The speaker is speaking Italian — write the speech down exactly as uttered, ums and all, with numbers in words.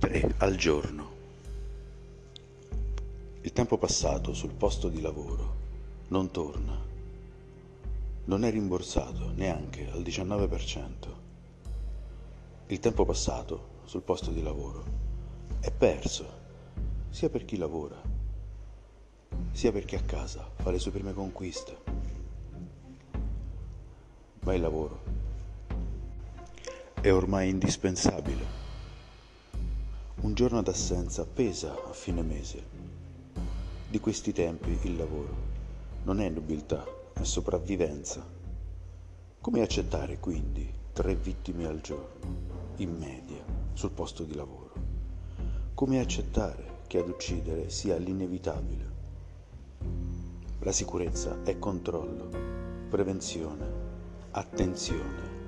ore al giorno. Il tempo passato sul posto di lavoro non torna, non è rimborsato neanche al diciannove per cento. Il tempo passato sul posto di lavoro è perso, sia per chi lavora, sia per chi a casa fa le sue prime conquiste. Ma il lavoro è ormai indispensabile. Un giorno d'assenza pesa a fine mese. Di questi tempi il lavoro non è nobiltà, è sopravvivenza. Come accettare quindi tre vittime al giorno, in media, sul posto di lavoro? Come accettare che ad uccidere sia l'inevitabile? La sicurezza è controllo, prevenzione, attenzione.